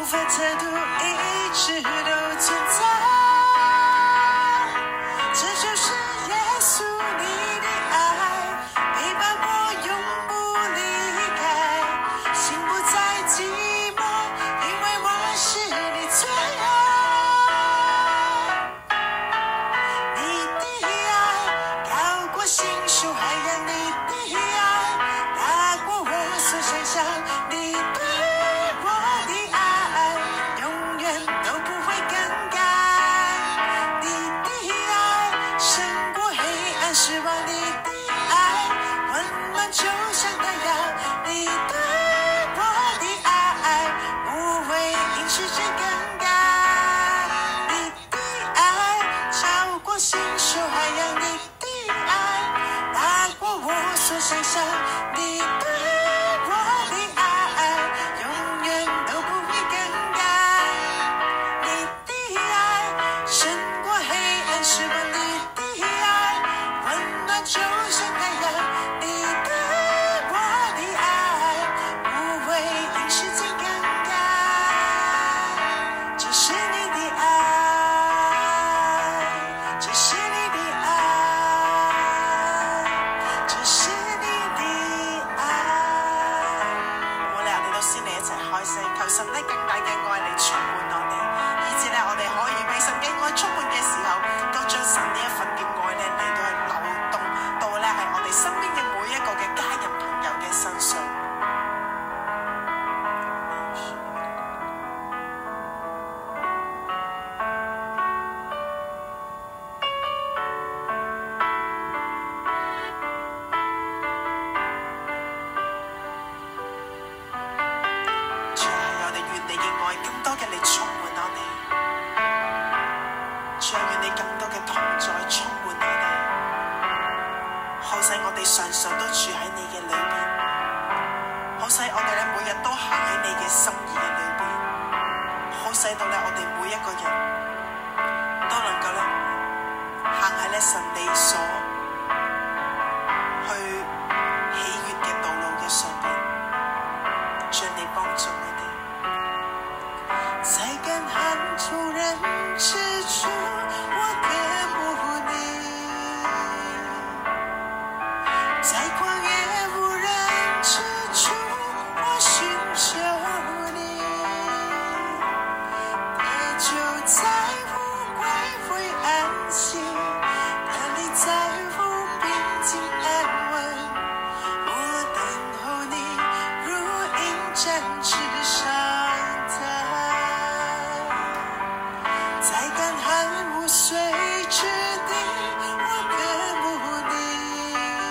法测度，一直都存在。这就是耶稣你的爱，陪伴我永不离开，心不再寂寞，因为我是你最爱。你的爱高过星宿海洋，你的爱大过我所想象，你对我的爱永远都不会更改。你的爱胜过黑暗失望，你的爱温暖就像太阳，你对我的爱不会因时间更改。你的爱超过星宿海洋，你的爱大过我所想象，你对我的爱永远都不会更改。你的爱胜过黑暗失望，你的爱温暖就像太阳，你对我的爱不会因时间更改。这是你的爱，这是你的爱，這是你的愛。我哋嚟到先嚟一齊開聲，求神咧更大嘅愛嚟充滿我哋，以至咧我哋可以被神嘅愛充滿嘅時候，都將神呢一份嘅愛咧嚟到去流動到咧係我哋身邊嘅每一個嘅家人朋友嘅身上。主啊，我哋願你嘅愛更多嘅嚟充滿我哋，主啊，願你更多嘅同在充滿我哋，好使我哋常常都住喺你嘅裏邊，好使我哋咧每日都行喺你嘅心意嘅裏邊，好使到咧我哋每一個人都能夠咧行喺咧神你所去喜悅嘅道路嘅上邊。主啊，你幫助我哋。在乾旱無人之處，我渴慕你；在曠野無人之處，我尋求你。得救在乎歸回安息，得力在乎平靜安穩。我等候你，如鷹展翅上騰。在乾旱無水之地，我渴慕你；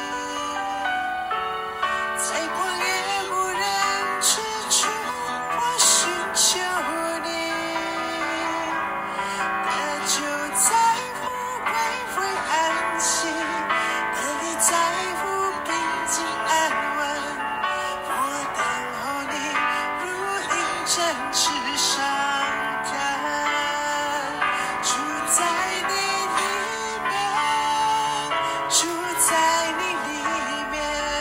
在曠野無人之處，我尋求你。得救在乎歸回安息，得力在乎平靜安穩。我等候你，如鷹展翅上騰。住在你里面，住在你里面，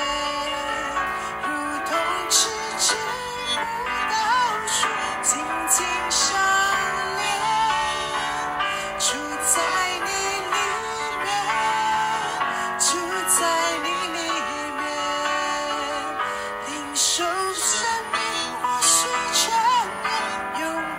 如同枝枝葡萄樹緊緊相連。住在你里面，住在你里面，領受生命活水泉源，永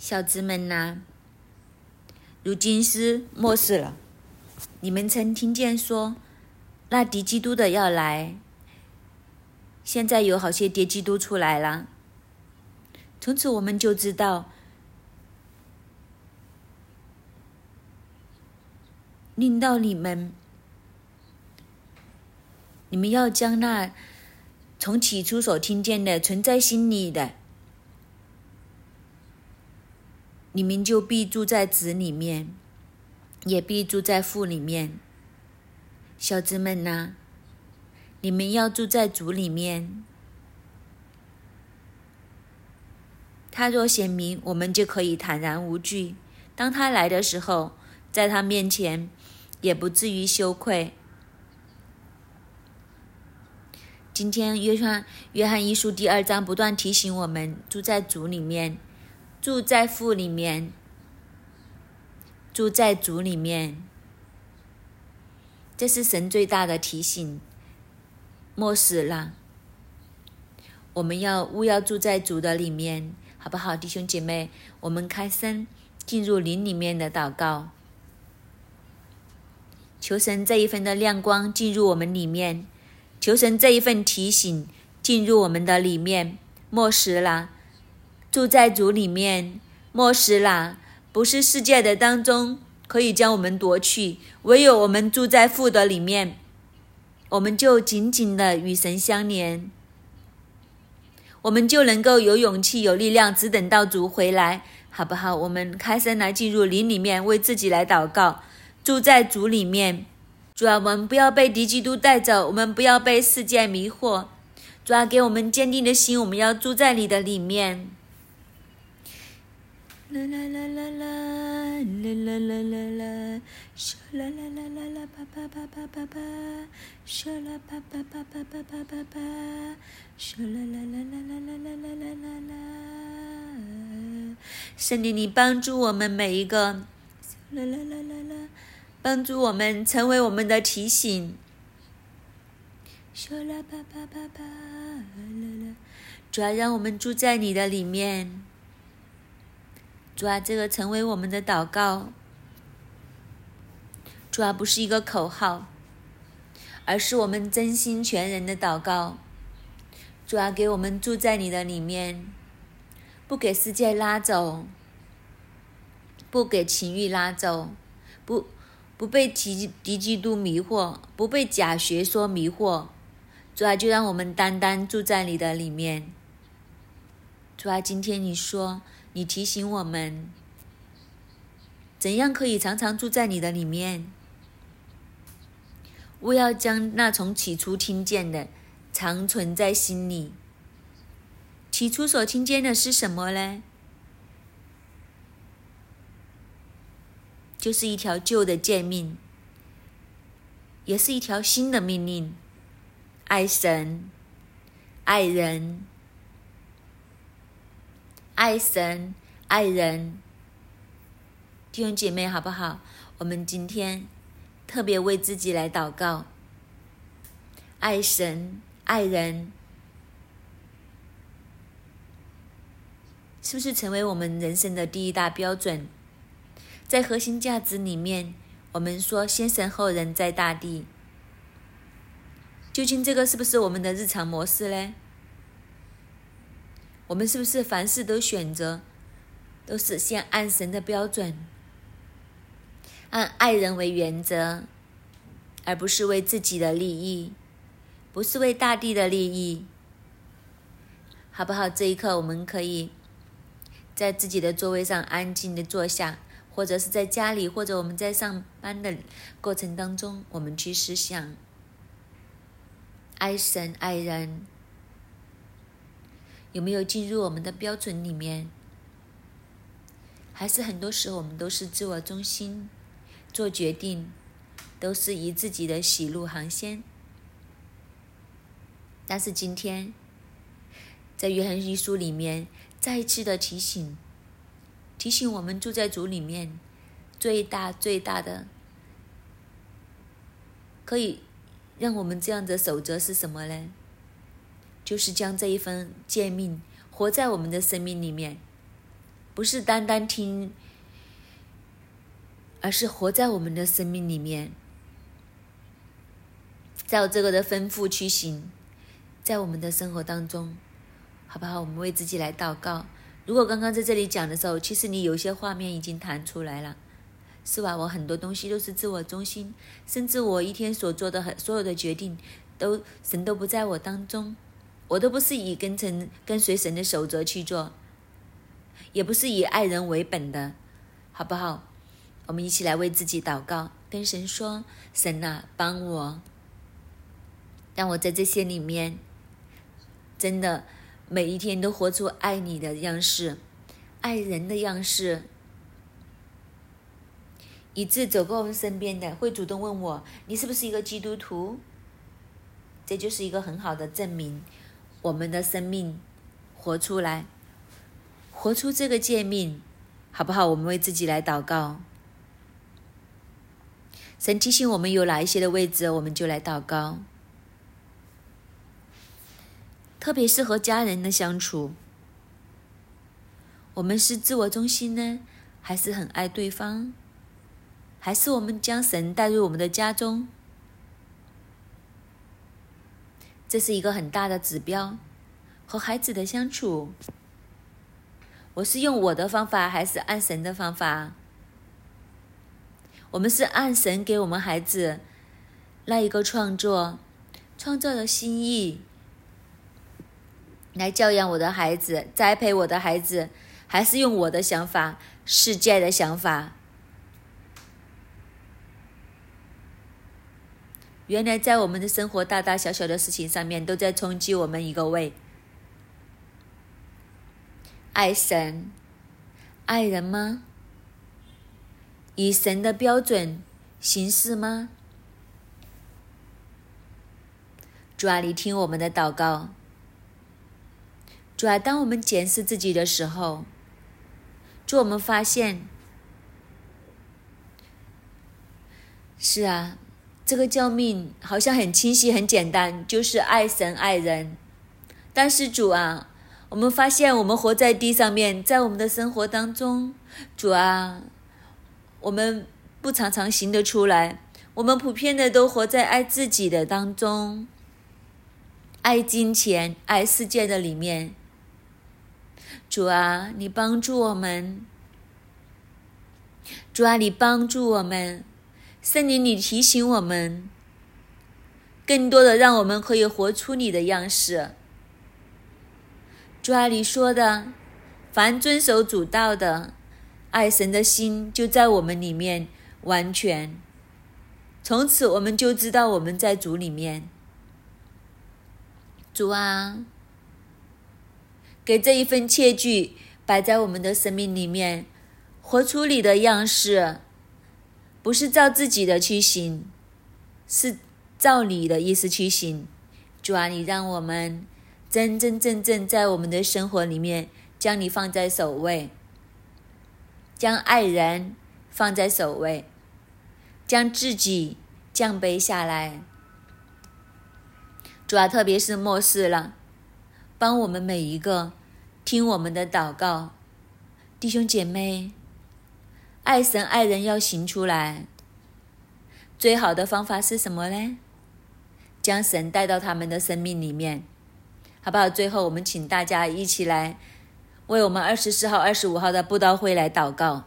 小子们呐，如今是末世了。你们曾听见说，那敌基督的要来，现在有好些敌基督出来了。从此我们就知道，令到你们，你们要将那从起初所听见的存在心里的，你们就必住在子里面，也必住在父里面。小子们呐，你们要住在主里面。他若显明，我们就可以坦然无惧。当他来的时候，在他面前也不至于羞愧。今天约翰约翰一书第二章不断提醒我们，住在主里面，住在父里面，住在主里面。这是神最大的提醒。末世了，我们要务要住在主的里面，好不好，弟兄姐妹？我们开声进入灵里面的祷告，求神这一份的亮光进入我们里面，求神这一份提醒进入我们的里面。末世了，住在主里面。末世了，不是世界的当中可以将我们夺去，唯有我们住在父的里面，我们就紧紧的与神相连，我们就能够有勇气有力量，只等到主回来，好不好？我们开声来进入灵里面，为自己来祷告，住在主里面。主啊，我们不要被敌基督带走，我们不要被世界迷惑。主啊，给我们坚定的心，我们要住在你的里面。啦啦啦啦啦啦啦啦啦啦，沙啦啦啦啦啦吧吧吧吧吧吧，沙啦吧吧吧吧吧吧吧吧，沙啦啦啦啦啦啦啦啦啦啦啦。圣灵，你帮助我们每一个，啦啦啦啦啦，帮助我们成为我们的提醒。沙啦吧吧吧吧啦啦，主啊，让我们住在你的里面。主啊，这个成为我们的祷告。主啊，不是一个口号，而是我们真心全人的祷告。主啊，给我们住在你的里面，不给世界拉走，不给情欲拉走，不不被敌敌基督迷惑，不被假学说迷惑。主啊，就让我们单单住在你的里面。主啊，今天你说，你提醒我们，怎样可以常常住在你的里面？我要将那从起初听见的常存在心里。起初所听见的是什么呢？就是一条旧的诫命，也是一条新的命令：爱神，爱人。爱神，爱人。弟兄姐妹好不好？我们今天特别为自己来祷告，爱神，爱人，是不是成为我们人生的第一大标准？在核心价值里面，我们说先神后人在大地，究竟这个是不是我们的日常模式呢？我们是不是凡事都选择，都是先按神的标准，按爱人为原则，而不是为自己的利益，不是为大地的利益，好不好？这一刻我们可以在自己的座位上安静的坐下，或者是在家里，或者我们在上班的过程当中，我们去思想爱神爱人有没有进入我们的标准里面？还是很多时候我们都是自我中心，做决定都是以自己的喜怒行先。但是今天在约翰一书里面再一次的提醒提醒我们，住在主里面最大最大的可以让我们这样的守则是什么呢？就是将这一份诫命活在我们的生命里面。 不是单单听，而是活在我们的生命里面，照这个的吩咐去行，在我们的生活当中，好不好？我们为自己来祷告。如果刚刚在这里讲的时候，其实你有些画面已经弹出来了，是吧？我很多东西都是自我中心，甚至我一天所做的很所有的决定，都神都不在我当中，我都不是以跟成跟随神的守则去做，也不是以爱人为本的，好不好？我们一起来为自己祷告，跟神说：神啊，帮我，让我在这些里面真的每一天都活出爱你的样式，爱人的样式，以致走过我们身边的会主动问我，你是不是一个基督徒？这就是一个很好的证明，我们的生命活出来，活出这个诫命，好不好？我们为自己来祷告。神提醒我们有哪一些的位置，我们就来祷告。特别是和家人的相处，我们是自我中心呢，还是很爱对方？还是我们将神带入我们的家中？这是一个很大的指标。和孩子的相处，我是用我的方法，还是按神的方法？我们是按神给我们孩子那一个创作创造的心意来教养我的孩子，栽培我的孩子，还是用我的想法，世界的想法？原来在我们的生活大大小小的事情上面，都在冲击我们一个位。爱神，爱人吗？以神的标准行事吗？主啊，你听我们的祷告。主啊，当我们检视自己的时候，主，我们发现，是啊，这个诫命好像很清晰很简单，就是爱神爱人。但是主啊，我们发现我们活在地上面，在我们的生活当中，主啊，我们不常常行得出来，我们普遍的都活在爱自己的当中，爱金钱，爱世界的里面。主啊，你帮助我们，主啊，你帮助我们，圣灵你提醒我们，更多的让我们可以活出你的样式。主啊，你说的，凡遵守主道的，爱神的心就在我们里面完全，从此我们就知道我们在主里面。主啊，给这一份切据摆在我们的生命里面，活出你的样式，不是照自己的去行，是照你的意思去行。主啊，你让我们真真正正在我们的生活里面将你放在首位，将爱人放在首位，将自己降卑下来。主啊，特别是末世了，帮我们每一个听我们的祷告，弟兄姐妹，爱神爱人要行出来，最好的方法是什么呢？将神带到他们的生命里面，好不好？最后我们请大家一起来为我们二十四号、二十五号的布道会来祷告。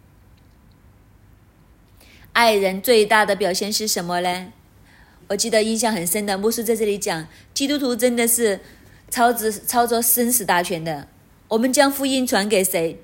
爱人最大的表现是什么呢？我记得印象很深的，牧师在这里讲，基督徒真的是操着操着生死大权的。我们将福音传给谁，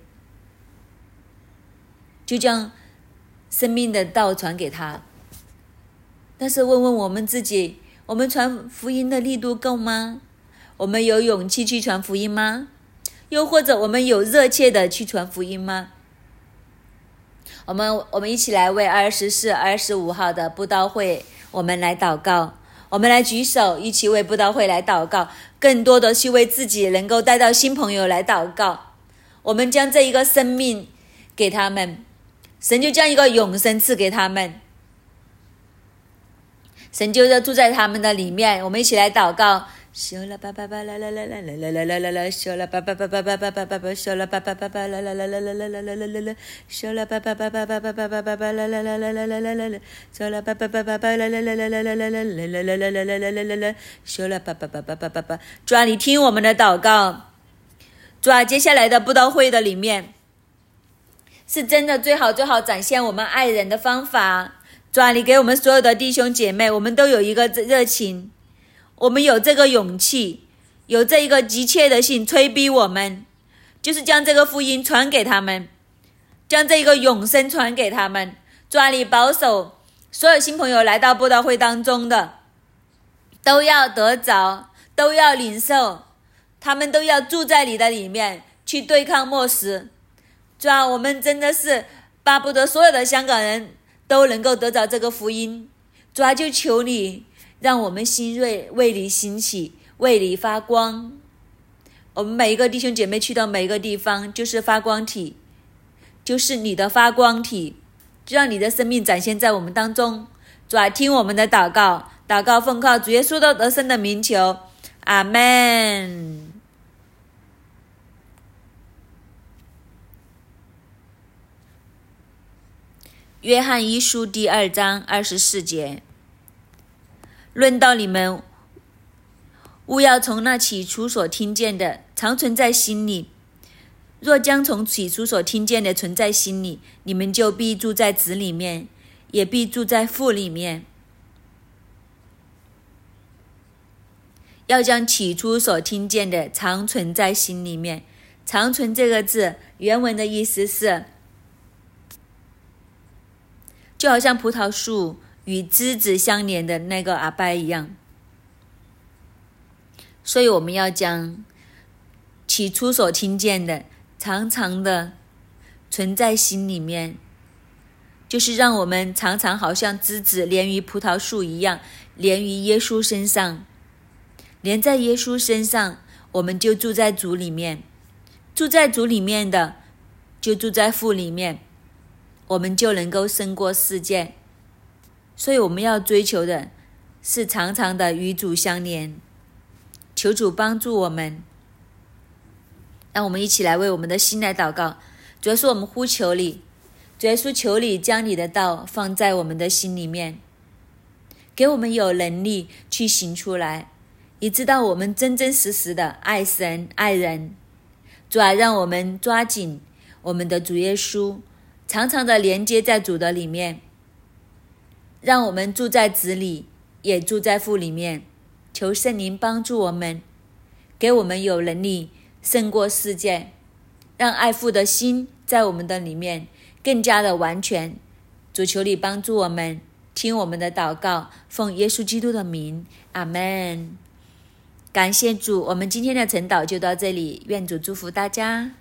就将生命的道传给他。但是问问我们自己，我们传福音的力度够吗？我们有勇气去传福音吗？又或者我们有热切的去传福音吗？我们我们一起来为二十四、二十五号的布道会，我们来祷告，我们来举手，一起为布道会来祷告，更多的去为自己能够带到新朋友来祷告。我们将这一个生命给他们，神就将一个永生赐给他们，神就住在他们的里面。我们一起来祷告， 修啦吧吧吧啦啦啦啦啦啦啦啦啦，修啦吧吧吧吧吧吧吧吧吧，修啦吧吧吧吧啦啦啦啦啦啦啦啦啦啦啦，修啦吧吧吧吧吧吧吧吧吧吧啦啦啦啦啦啦啦啦啦，修啦吧吧吧吧吧啦啦啦啦啦啦啦啦啦啦啦啦啦啦啦啦啦，修啦吧吧吧吧吧吧吧。主啊，你听我们的祷告。主啊，接下来的布道会的里面，是真的最好最好展现我们爱人的方法。主啊，你给我们所有的弟兄姐妹，我们都有一个热情，我们有这个勇气，有这一个急切的心催逼我们，就是将这个福音传给他们，将这个永生传给他们。主啊，你保守所有新朋友来到布道会当中的，都要得着，都要领受，他们都要住在你的里面，去对抗末世。主啊，我们真的是巴不得所有的香港人都能够得着这个福音。主啊，就求你让我们新锐为你兴起，为你发光。我们每一个弟兄姐妹去到每一个地方，就是发光体，就是你的发光体，就让你的生命展现在我们当中。主啊，听我们的祷告，祷告奉靠主耶稣的得胜的名求，阿们。约翰一书第二章二十四节，论到你们，务要从那起初所听见的常存在心里。若将从起初所听见的存在心里，你们就必住在子里面，也必住在父里面。要将起初所听见的常存在心里面。常存这个字原文的意思是，就好像葡萄树与枝子相连的那个阿拜一样。所以我们要将起初所听见的常常的存在心里面，就是让我们常常好像枝子连于葡萄树一样，连于耶稣身上。连在耶稣身上，我们就住在主里面，住在主里面的就住在父里面，我们就能够胜过世界。所以我们要追求的是常常的与主相连。求主帮助我们，让我们一起来为我们的心来祷告。主耶稣，我们呼求你，主耶稣，求你将你的道放在我们的心里面，给我们有能力去行出来，以知道我们真真实实的爱神爱人。主啊，让我们抓紧我们的主耶稣，常常的连接在主的里面，让我们住在子里，也住在父里面。求圣灵帮助我们，给我们有能力胜过世界，让爱父的心在我们的里面更加的完全。主，求你帮助我们，听我们的祷告，奉耶稣基督的名，阿们。感谢主，我们今天的晨祷就到这里，愿主祝福大家。